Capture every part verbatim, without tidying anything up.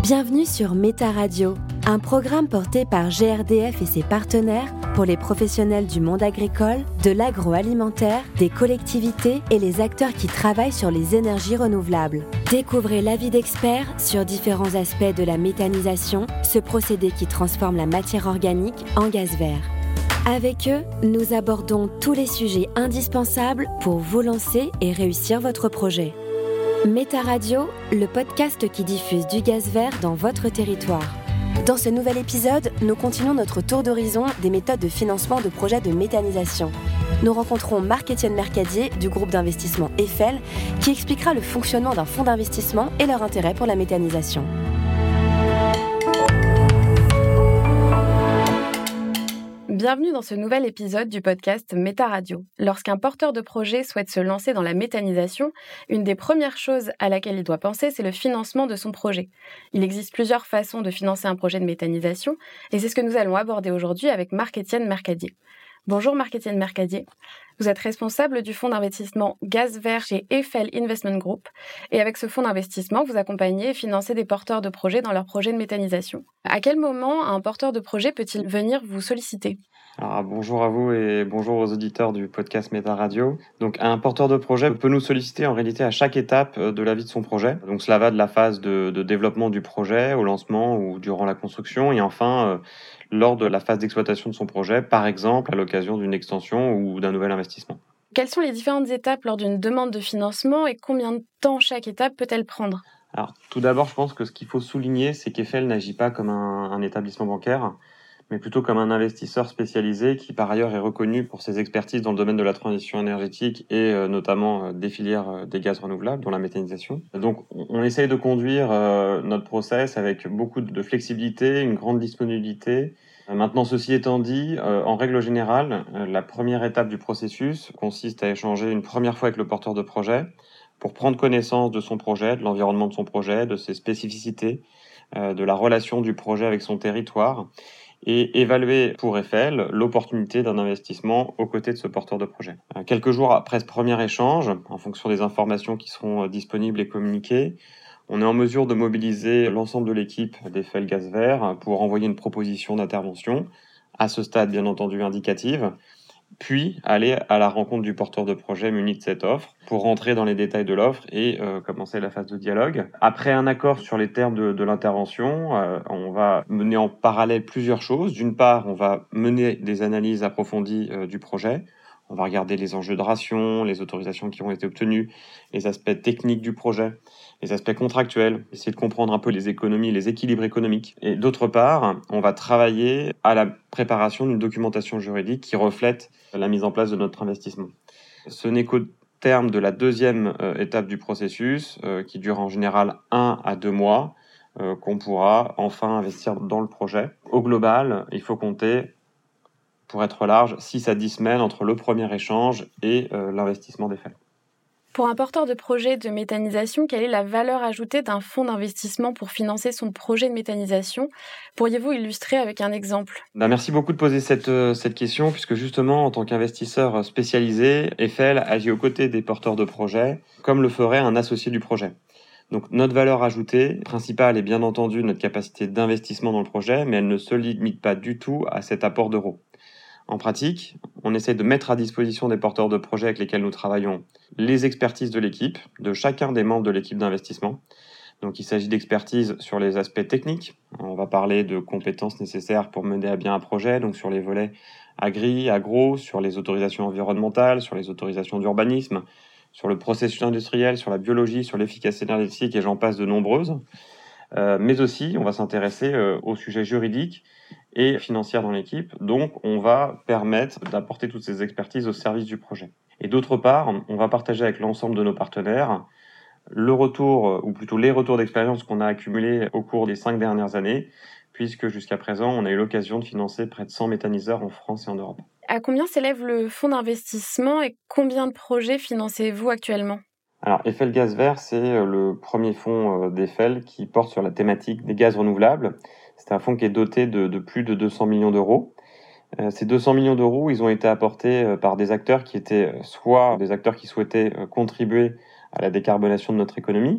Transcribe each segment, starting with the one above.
Bienvenue sur Méta Radio, un programme porté par G R D F et ses partenaires pour les professionnels du monde agricole, de l'agroalimentaire, des collectivités et les acteurs qui travaillent sur les énergies renouvelables. Découvrez l'avis d'experts sur différents aspects de la méthanisation, ce procédé qui transforme la matière organique en gaz vert. Avec eux, nous abordons tous les sujets indispensables pour vous lancer et réussir votre projet. Méta Radio, le podcast qui diffuse du gaz vert dans votre territoire. Dans ce nouvel épisode, nous continuons notre tour d'horizon des méthodes de financement de projets de méthanisation. Nous rencontrons Marc-Étienne Mercadier du groupe d'investissement Eiffel qui expliquera le fonctionnement d'un fonds d'investissement et leur intérêt pour la méthanisation. Bienvenue dans ce nouvel épisode du podcast Méta Radio. Lorsqu'un porteur de projet souhaite se lancer dans la méthanisation, une des premières choses à laquelle il doit penser, c'est le financement de son projet. Il existe plusieurs façons de financer un projet de méthanisation et c'est ce que nous allons aborder aujourd'hui avec Marc-Étienne Mercadier. Bonjour Marc-Étienne Mercadier, vous êtes responsable du fonds d'investissement Gaz Vert chez Eiffel Investment Group et avec ce fonds d'investissement, vous accompagnez et financez des porteurs de projets dans leurs projets de méthanisation. À quel moment un porteur de projet peut-il venir vous solliciter ? Alors, bonjour à vous et bonjour aux auditeurs du podcast Méta Radio. Donc, un porteur de projet peut nous solliciter en réalité à chaque étape de la vie de son projet. Donc, cela va de la phase de, de développement du projet au lancement ou durant la construction et enfin euh, lors de la phase d'exploitation de son projet, par exemple à l'occasion d'une extension ou d'un nouvel investissement. Quelles sont les différentes étapes lors d'une demande de financement et combien de temps chaque étape peut-elle prendre ? Alors, tout d'abord, je pense que ce qu'il faut souligner, c'est qu'Eiffel n'agit pas comme un, un établissement bancaire, mais plutôt comme un investisseur spécialisé qui, par ailleurs, est reconnu pour ses expertises dans le domaine de la transition énergétique et euh, notamment euh, des filières euh, des gaz renouvelables, dont la méthanisation. Donc, on, on essaye de conduire euh, notre process avec beaucoup de flexibilité, une grande disponibilité. Euh, maintenant, ceci étant dit, euh, en règle générale, euh, la première étape du processus consiste à échanger une première fois avec le porteur de projet pour prendre connaissance de son projet, de l'environnement de son projet, de ses spécificités, euh, de la relation du projet avec son territoire, et évaluer pour Eiffel l'opportunité d'un investissement aux côtés de ce porteur de projet. Quelques jours après ce premier échange, en fonction des informations qui seront disponibles et communiquées, on est en mesure de mobiliser l'ensemble de l'équipe d'Eiffel Gaz Vert pour envoyer une proposition d'intervention, à ce stade bien entendu indicative, puis aller à la rencontre du porteur de projet muni de cette offre pour rentrer dans les détails de l'offre et euh, commencer la phase de dialogue. Après un accord sur les termes de, de l'intervention, euh, on va mener en parallèle plusieurs choses. D'une part, on va mener des analyses approfondies euh, du projet. On va regarder les enjeux de ration, les autorisations qui ont été obtenues, les aspects techniques du projet, les aspects contractuels, essayer de comprendre un peu les économies, les équilibres économiques. Et d'autre part, on va travailler à la préparation d'une documentation juridique qui reflète la mise en place de notre investissement. Ce n'est qu'au terme de la deuxième euh, étape du processus, euh, qui dure en général un à deux mois, euh, qu'on pourra enfin investir dans le projet. Au global, il faut compter, pour être large, six à dix semaines entre le premier échange et euh, l'investissement d'Eiffel. Pour un porteur de projet de méthanisation, quelle est la valeur ajoutée d'un fonds d'investissement pour financer son projet de méthanisation ? Pourriez-vous illustrer avec un exemple ? Ben, merci beaucoup de poser cette, euh, cette question, puisque justement, en tant qu'investisseur spécialisé, Eiffel agit aux côtés des porteurs de projet, comme le ferait un associé du projet. Donc notre valeur ajoutée principale est bien entendu notre capacité d'investissement dans le projet, mais elle ne se limite pas du tout à cet apport d'euros. En pratique, on essaie de mettre à disposition des porteurs de projets avec lesquels nous travaillons les expertises de l'équipe, de chacun des membres de l'équipe d'investissement. Donc il s'agit d'expertise sur les aspects techniques. On va parler de compétences nécessaires pour mener à bien un projet, donc sur les volets agri, agro, sur les autorisations environnementales, sur les autorisations d'urbanisme, sur le processus industriel, sur la biologie, sur l'efficacité énergétique et j'en passe de nombreuses. Euh, mais aussi, on va s'intéresser euh, aux sujets juridiques et financières dans l'équipe. Donc, on va permettre d'apporter toutes ces expertises au service du projet. Et d'autre part, on va partager avec l'ensemble de nos partenaires le retour, ou plutôt les retours d'expérience qu'on a accumulés au cours des cinq dernières années, puisque jusqu'à présent, on a eu l'occasion de financer près de cent méthaniseurs en France et en Europe. À combien s'élève le fonds d'investissement et combien de projets financez-vous actuellement ? Alors, Eiffel Gaz Vert, c'est le premier fonds d'Eiffel qui porte sur la thématique des gaz renouvelables. C'est un fonds qui est doté de, de plus de deux cents millions d'euros. Euh, ces deux cents millions d'euros, ils ont été apportés euh, par des acteurs qui étaient soit des acteurs qui souhaitaient euh, contribuer à la décarbonation de notre économie,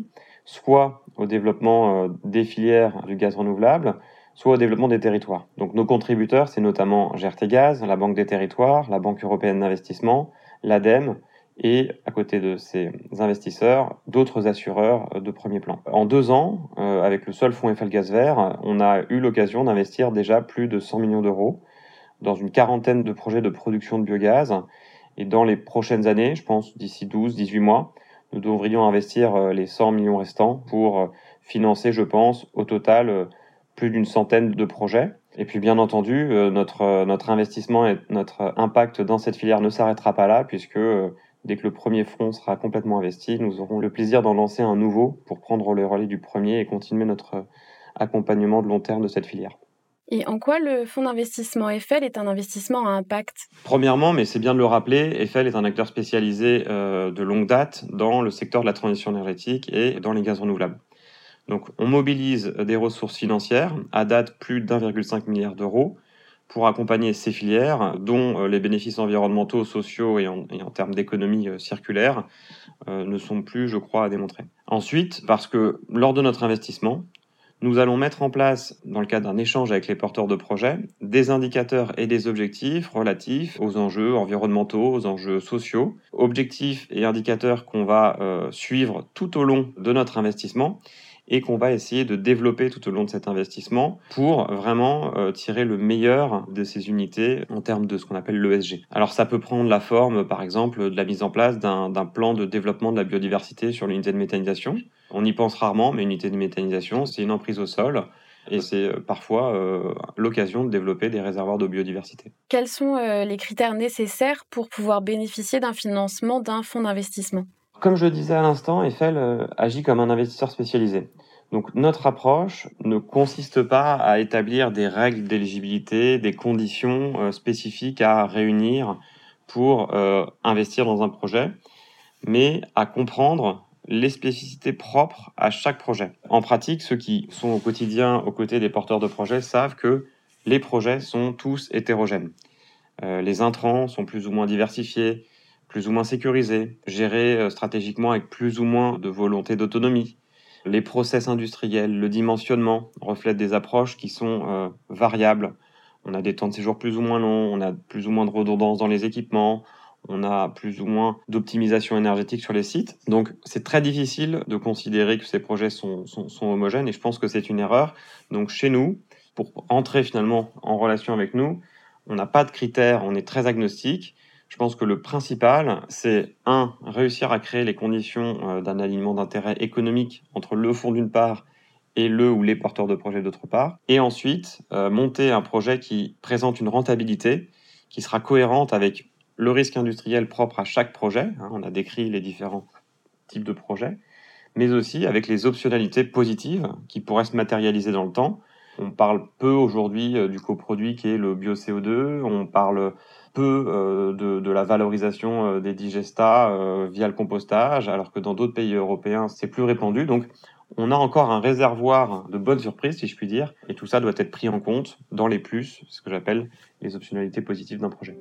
soit au développement euh, des filières du gaz renouvelable, soit au développement des territoires. Donc nos contributeurs, c'est notamment G R T Gaz, la Banque des Territoires, la Banque européenne d'investissement, l'ADEME, et à côté de ces investisseurs, d'autres assureurs de premier plan. En deux ans, euh, avec le seul fonds Eiffel Gaz Vert, on a eu l'occasion d'investir déjà plus de cent millions d'euros dans une quarantaine de projets de production de biogaz. Et dans les prochaines années, je pense d'ici douze à dix-huit mois, nous devrions investir les cent millions restants pour financer, je pense, au total plus d'une centaine de projets. Et puis bien entendu, notre, notre investissement et notre impact dans cette filière ne s'arrêtera pas là, puisque dès que le premier fonds sera complètement investi, nous aurons le plaisir d'en lancer un nouveau pour prendre le relais du premier et continuer notre accompagnement de long terme de cette filière. Et en quoi le fonds d'investissement Eiffel est un investissement à impact ? Premièrement, mais c'est bien de le rappeler, Eiffel est un acteur spécialisé euh, de longue date dans le secteur de la transition énergétique et dans les gaz renouvelables. Donc on mobilise des ressources financières, à date plus d'un virgule cinq milliard d'euros, pour accompagner ces filières, dont euh, les bénéfices environnementaux, sociaux et en, et en termes d'économie euh, circulaire euh, ne sont plus, je crois, à démontrer. Ensuite, parce que lors de notre investissement, nous allons mettre en place, dans le cadre d'un échange avec les porteurs de projets, des indicateurs et des objectifs relatifs aux enjeux environnementaux, aux enjeux sociaux, objectifs et indicateurs qu'on va euh, suivre tout au long de notre investissement et qu'on va essayer de développer tout au long de cet investissement pour vraiment euh, tirer le meilleur de ces unités en termes de ce qu'on appelle l'E S G. Alors ça peut prendre la forme, par exemple, de la mise en place d'un, d'un plan de développement de la biodiversité sur l'unité de méthanisation. On y pense rarement, mais une unité de méthanisation, c'est une emprise au sol et c'est parfois euh, l'occasion de développer des réservoirs de biodiversité. Quels sont euh, les critères nécessaires pour pouvoir bénéficier d'un financement d'un fonds d'investissement ? Comme je le disais à l'instant, Eiffel euh, agit comme un investisseur spécialisé. Donc notre approche ne consiste pas à établir des règles d'éligibilité, des conditions euh, spécifiques à réunir pour euh, investir dans un projet, mais à comprendre les spécificités propres à chaque projet. En pratique, ceux qui sont au quotidien aux côtés des porteurs de projets savent que les projets sont tous hétérogènes. Euh, les intrants sont plus ou moins diversifiés, plus ou moins sécurisés, gérés euh, stratégiquement avec plus ou moins de volonté d'autonomie. Les process industriels, le dimensionnement reflètent des approches qui sont euh, variables. On a des temps de séjour plus ou moins longs, on a plus ou moins de redondance dans les équipements, on a plus ou moins d'optimisation énergétique sur les sites. Donc, c'est très difficile de considérer que ces projets sont, sont, sont homogènes et je pense que c'est une erreur. Donc, chez nous, pour entrer finalement en relation avec nous, on n'a pas de critères, on est très agnostique. Je pense que le principal, c'est un, réussir à créer les conditions d'un alignement d'intérêts économiques entre le fonds d'une part et le ou les porteurs de projets d'autre part. Et ensuite, euh, monter un projet qui présente une rentabilité qui sera cohérente avec le risque industriel propre à chaque projet, hein, on a décrit les différents types de projets, mais aussi avec les optionnalités positives qui pourraient se matérialiser dans le temps. On parle peu aujourd'hui euh, du coproduit qui est le bio-C O deux, on parle peu euh, de, de la valorisation euh, des digestats euh, via le compostage, alors que dans d'autres pays européens, c'est plus répandu. Donc, on a encore un réservoir de bonnes surprises, si je puis dire, et tout ça doit être pris en compte dans les plus, ce que j'appelle les optionnalités positives d'un projet.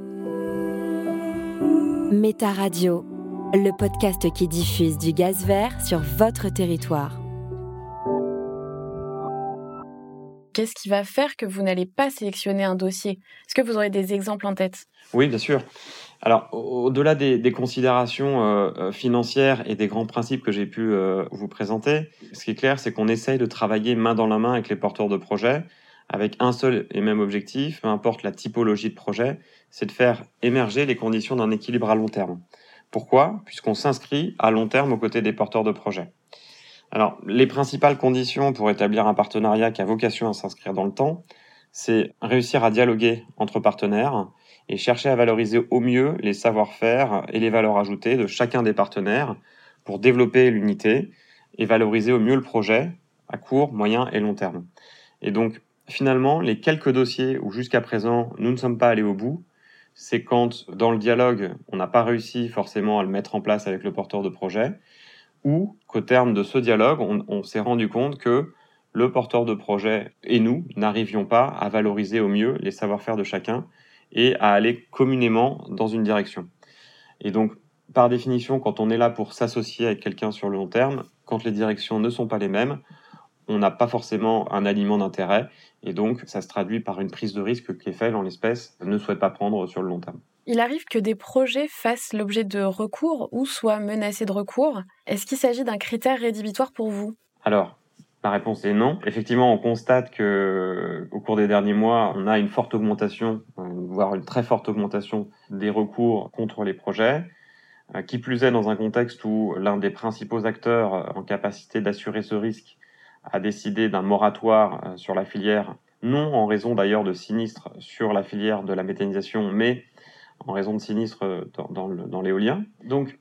Méta Radio, le podcast qui diffuse du gaz vert sur votre territoire. Qu'est-ce qui va faire que vous n'allez pas sélectionner un dossier ? Est-ce que vous aurez des exemples en tête ? Oui, bien sûr. Alors, au-delà des, des considérations euh, financières et des grands principes que j'ai pu euh, vous présenter, ce qui est clair, c'est qu'on essaye de travailler main dans la main avec les porteurs de projets, avec un seul et même objectif, peu importe la typologie de projet, c'est de faire émerger les conditions d'un équilibre à long terme. Pourquoi ? Puisqu'on s'inscrit à long terme aux côtés des porteurs de projets. Alors, les principales conditions pour établir un partenariat qui a vocation à s'inscrire dans le temps, c'est réussir à dialoguer entre partenaires et chercher à valoriser au mieux les savoir-faire et les valeurs ajoutées de chacun des partenaires pour développer l'unité et valoriser au mieux le projet à court, moyen et long terme. Et donc, finalement, les quelques dossiers où jusqu'à présent nous ne sommes pas allés au bout, c'est quand, dans le dialogue, on n'a pas réussi forcément à le mettre en place avec le porteur de projet, ou qu'au terme de ce dialogue, on, on s'est rendu compte que le porteur de projet et nous n'arrivions pas à valoriser au mieux les savoir-faire de chacun et à aller communément dans une direction. Et donc, par définition, quand on est là pour s'associer avec quelqu'un sur le long terme, quand les directions ne sont pas les mêmes, on n'a pas forcément un alignement d'intérêt et donc ça se traduit par une prise de risque qu'Eiffel, en l'espèce, ne souhaite pas prendre sur le long terme. Il arrive que des projets fassent l'objet de recours ou soient menacés de recours. Est-ce qu'il s'agit d'un critère rédhibitoire pour vous ? Alors, la réponse est non. Effectivement, on constate que, au cours des derniers mois, on a une forte augmentation, voire une très forte augmentation des recours contre les projets. Qui plus est, dans un contexte où l'un des principaux acteurs en capacité d'assurer ce risque a décidé d'un moratoire sur la filière, non en raison d'ailleurs de sinistres sur la filière de la méthanisation, mais en raison de sinistres dans, dans, le, dans l'éolien. Donc,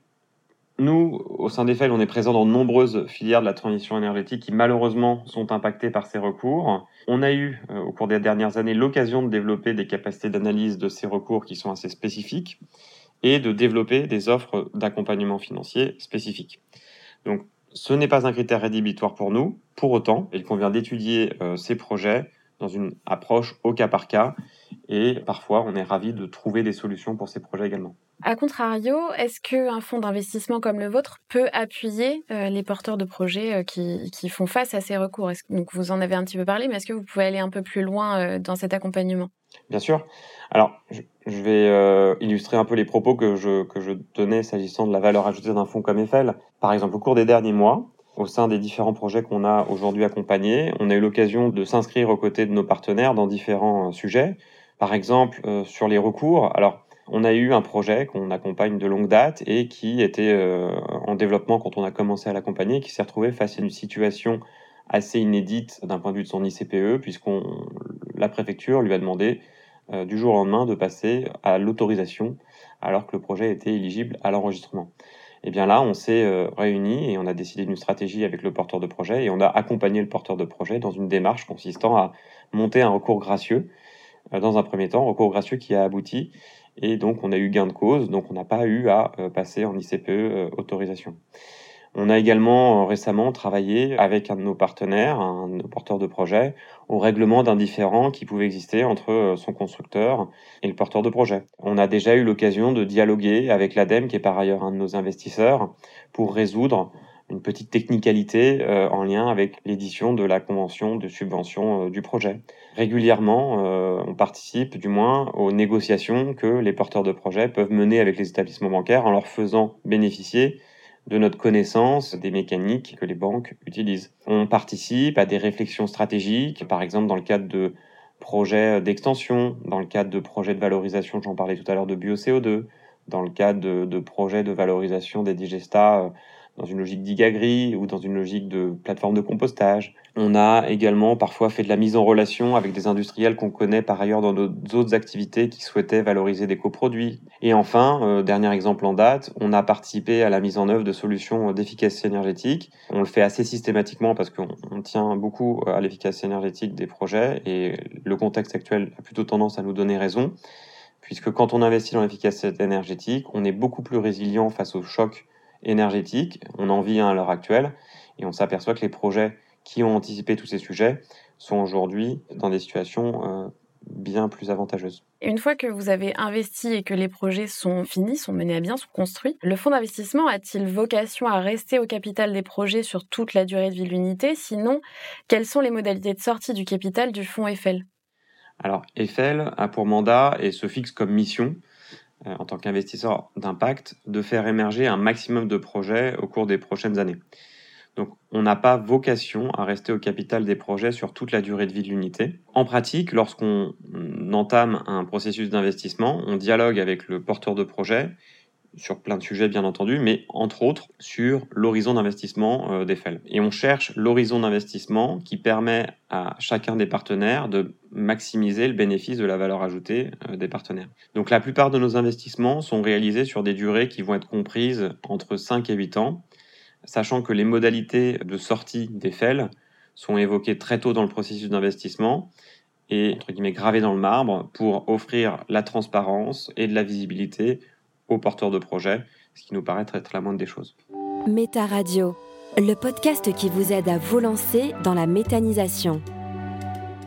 nous, au sein d'Eiffel, on est présent dans de nombreuses filières de la transition énergétique qui malheureusement sont impactées par ces recours. On a eu, euh, au cours des dernières années, l'occasion de développer des capacités d'analyse de ces recours qui sont assez spécifiques et de développer des offres d'accompagnement financier spécifiques. Donc, ce n'est pas un critère rédhibitoire pour nous. Pour autant, il convient d'étudier euh, ces projets dans une approche au cas par cas et parfois, on est ravi de trouver des solutions pour ces projets également. A contrario, est-ce qu'un fonds d'investissement comme le vôtre peut appuyer euh, les porteurs de projets euh, qui, qui font face à ces recours ? Est-ce que, donc vous en avez un petit peu parlé, mais est-ce que vous pouvez aller un peu plus loin euh, dans cet accompagnement ? Bien sûr. Alors, je, je vais euh, illustrer un peu les propos que je, que je donnais s'agissant de la valeur ajoutée d'un fonds comme Eiffel. Par exemple, au cours des derniers mois, au sein des différents projets qu'on a aujourd'hui accompagnés, on a eu l'occasion de s'inscrire aux côtés de nos partenaires dans différents sujets. Par exemple, euh, sur les recours, alors on a eu un projet qu'on accompagne de longue date et qui était euh, en développement quand on a commencé à l'accompagner, qui s'est retrouvé face à une situation assez inédite d'un point de vue de son I C P E, puisqu'on la préfecture lui a demandé euh, du jour au lendemain de passer à l'autorisation alors que le projet était éligible à l'enregistrement. Et bien là, on s'est euh, réunis et on a décidé d'une stratégie avec le porteur de projet et on a accompagné le porteur de projet dans une démarche consistant à monter un recours gracieux. Euh, dans un premier temps, recours gracieux qui a abouti et donc on a eu gain de cause, donc on n'a pas eu à euh, passer en I C P E euh, autorisation. On a également euh, récemment travaillé avec un de nos partenaires, un de nos porteurs de projet, au règlement d'un différend qui pouvait exister entre euh, son constructeur et le porteur de projet. On a déjà eu l'occasion de dialoguer avec l'ADEME, qui est par ailleurs un de nos investisseurs, pour résoudre une petite technicalité euh, en lien avec l'édition de la convention de subvention euh, du projet. Régulièrement, euh, on participe du moins aux négociations que les porteurs de projet peuvent mener avec les établissements bancaires en leur faisant bénéficier de notre connaissance des mécaniques que les banques utilisent. On participe à des réflexions stratégiques, par exemple dans le cadre de projets d'extension, dans le cadre de projets de valorisation, j'en parlais tout à l'heure, de bio C O deux, dans le cadre de, de projets de valorisation des digestats euh, dans une logique d'Igagri ou dans une logique de plateforme de compostage. On a également parfois fait de la mise en relation avec des industriels qu'on connaît par ailleurs dans d'autres autres activités qui souhaitaient valoriser des coproduits. Et enfin, euh, dernier exemple en date, on a participé à la mise en œuvre de solutions d'efficacité énergétique. On le fait assez systématiquement parce qu'on on tient beaucoup à l'efficacité énergétique des projets et le contexte actuel a plutôt tendance à nous donner raison, puisque quand on investit dans l'efficacité énergétique, on est beaucoup plus résilient face aux chocs énergétique, on en vit un à l'heure actuelle, et on s'aperçoit que les projets qui ont anticipé tous ces sujets sont aujourd'hui dans des situations euh, bien plus avantageuses. Et une fois que vous avez investi et que les projets sont finis, sont menés à bien, sont construits, le fonds d'investissement a-t-il vocation à rester au capital des projets sur toute la durée de vie de l'unité ? Sinon, quelles sont les modalités de sortie du capital du fonds Eiffel ? Alors, Eiffel a pour mandat et se fixe comme mission en tant qu'investisseur d'impact, de faire émerger un maximum de projets au cours des prochaines années. Donc, on n'a pas vocation à rester au capital des projets sur toute la durée de vie de l'unité. En pratique, lorsqu'on entame un processus d'investissement, on dialogue avec le porteur de projet sur plein de sujets, bien entendu, mais entre autres sur l'horizon d'investissement euh, d'Eiffel. Et on cherche l'horizon d'investissement qui permet à chacun des partenaires de maximiser le bénéfice de la valeur ajoutée euh, des partenaires. Donc la plupart de nos investissements sont réalisés sur des durées qui vont être comprises entre cinq et huit ans, sachant que les modalités de sortie d'Eiffel sont évoquées très tôt dans le processus d'investissement et, entre guillemets, gravées dans le marbre pour offrir la transparence et de la visibilité aux porteurs de projets, ce qui nous paraît être la moindre des choses. Méta Radio, le podcast qui vous aide à vous lancer dans la méthanisation.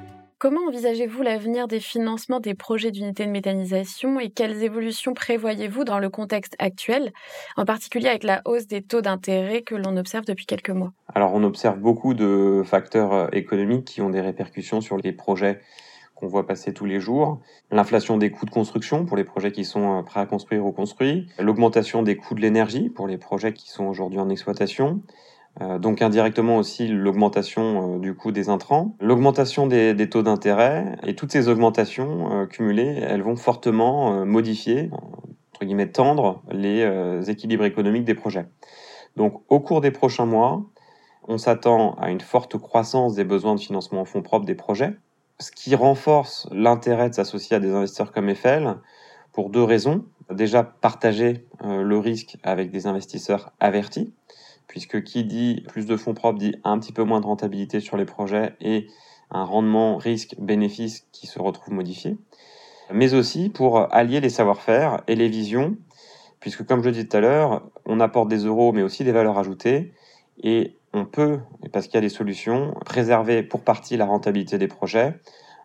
Comment envisagez-vous l'avenir des financements des projets d'unités de méthanisation et quelles évolutions prévoyez-vous dans le contexte actuel, en particulier avec la hausse des taux d'intérêt que l'on observe depuis quelques mois ? Alors, on observe beaucoup de facteurs économiques qui ont des répercussions sur les projets qu'on voit passer tous les jours. L'inflation des coûts de construction pour les projets qui sont prêts à construire ou construits, l'augmentation des coûts de l'énergie pour les projets qui sont aujourd'hui en exploitation, Euh, donc indirectement aussi l'augmentation euh, du coût des intrants, l'augmentation des, des taux d'intérêt, et toutes ces augmentations euh, cumulées, elles vont fortement euh, modifier, entre guillemets tendre, les euh, équilibres économiques des projets. Donc au cours des prochains mois, on s'attend à une forte croissance des besoins de financement en fonds propres des projets, ce qui renforce l'intérêt de s'associer à des investisseurs comme Eiffel pour deux raisons. Déjà, partager euh, le risque avec des investisseurs avertis, puisque qui dit plus de fonds propres dit un petit peu moins de rentabilité sur les projets et un rendement risque-bénéfice qui se retrouve modifié, mais aussi pour allier les savoir-faire et les visions, puisque comme je le disais tout à l'heure, on apporte des euros mais aussi des valeurs ajoutées, et on peut, parce qu'il y a des solutions, préserver pour partie la rentabilité des projets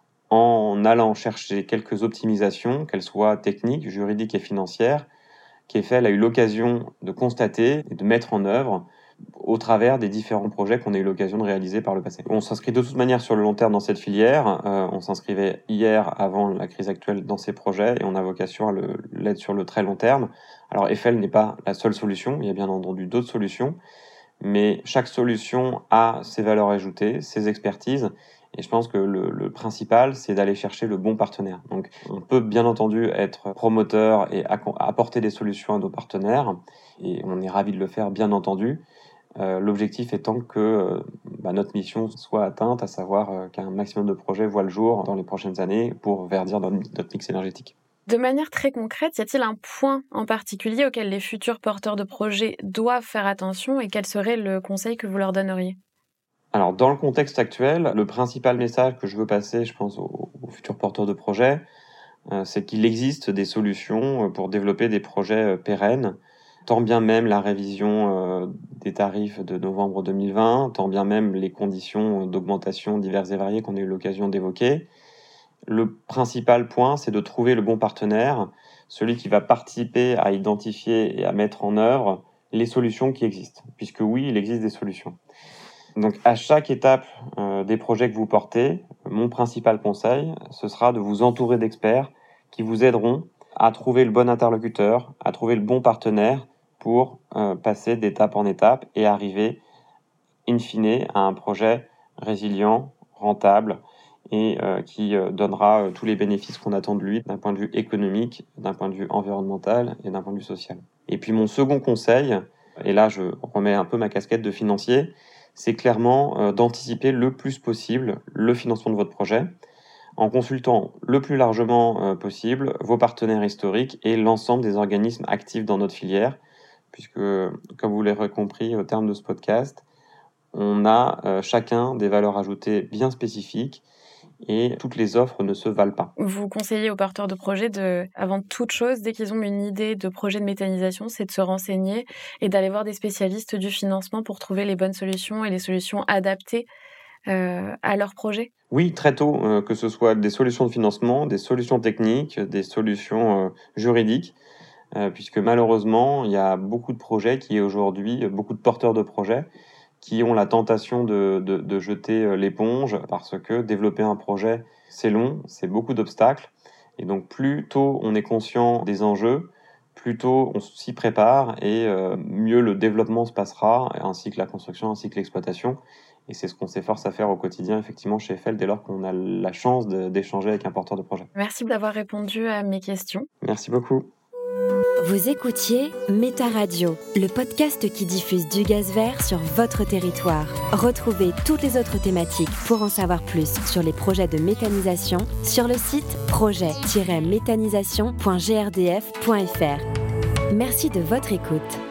en allant chercher quelques optimisations, qu'elles soient techniques, juridiques et financières, qu'Eiffel a eu l'occasion de constater et de mettre en œuvre au travers des différents projets qu'on a eu l'occasion de réaliser par le passé. On s'inscrit de toute manière sur le long terme dans cette filière. Euh, on s'inscrivait hier, avant la crise actuelle, dans ces projets et on a vocation à le, l'être sur le très long terme. Alors Eiffel n'est pas la seule solution, il y a bien entendu d'autres solutions, mais chaque solution a ses valeurs ajoutées, ses expertises. Et je pense que le, le principal, c'est d'aller chercher le bon partenaire. Donc, on peut bien entendu être promoteur et apporter des solutions à nos partenaires, et on est ravis de le faire, bien entendu. Euh, l'objectif étant que euh, bah, notre mission soit atteinte, à savoir euh, qu'un maximum de projets voient le jour dans les prochaines années pour verdir notre, notre mix énergétique. De manière très concrète, y a-t-il un point en particulier auquel les futurs porteurs de projets doivent faire attention et quel serait le conseil que vous leur donneriez ? Alors, dans le contexte actuel, le principal message que je veux passer, je pense, aux, aux futurs porteurs de projets, euh, c'est qu'il existe des solutions pour développer des projets euh, pérennes, tant bien même la révision euh, des tarifs de novembre deux mille vingt, tant bien même les conditions d'augmentation diverses et variées qu'on a eu l'occasion d'évoquer. Le principal point, c'est de trouver le bon partenaire, celui qui va participer à identifier et à mettre en œuvre les solutions qui existent, puisque oui, il existe des solutions. Donc, à chaque étape euh, des projets que vous portez, mon principal conseil, ce sera de vous entourer d'experts qui vous aideront à trouver le bon interlocuteur, à trouver le bon partenaire pour euh, passer d'étape en étape et arriver, in fine, à un projet résilient, rentable et euh, qui euh, donnera euh, tous les bénéfices qu'on attend de lui d'un point de vue économique, d'un point de vue environnemental et d'un point de vue social. Et puis, mon second conseil, et là, je remets un peu ma casquette de financier, c'est clairement euh, d'anticiper le plus possible le financement de votre projet en consultant le plus largement euh, possible vos partenaires historiques et l'ensemble des organismes actifs dans notre filière, puisque, comme vous l'aurez compris au terme de ce podcast, on a euh, chacun des valeurs ajoutées bien spécifiques et toutes les offres ne se valent pas. Vous conseillez aux porteurs de projets, de, avant toute chose, dès qu'ils ont une idée de projet de méthanisation, c'est de se renseigner et d'aller voir des spécialistes du financement pour trouver les bonnes solutions et les solutions adaptées euh, à leur projet ? Oui, très tôt, euh, que ce soit des solutions de financement, des solutions techniques, des solutions euh, juridiques, euh, puisque malheureusement, il y a beaucoup de projets qui aujourd'hui, beaucoup de porteurs de projets, qui ont la tentation de, de, de jeter l'éponge parce que développer un projet, c'est long, c'est beaucoup d'obstacles. Et donc, plus tôt on est conscient des enjeux, plus tôt on s'y prépare et euh, mieux le développement se passera, ainsi que la construction, ainsi que l'exploitation. Et c'est ce qu'on s'efforce à faire au quotidien, effectivement, chez Eiffel, dès lors qu'on a la chance de, d'échanger avec un porteur de projet. Merci d'avoir répondu à mes questions. Merci beaucoup. Vous écoutiez Méta Radio, le podcast qui diffuse du gaz vert sur votre territoire. Retrouvez toutes les autres thématiques pour en savoir plus sur les projets de méthanisation sur le site projet tiret méthanisation point g r d f point f r. Merci de votre écoute.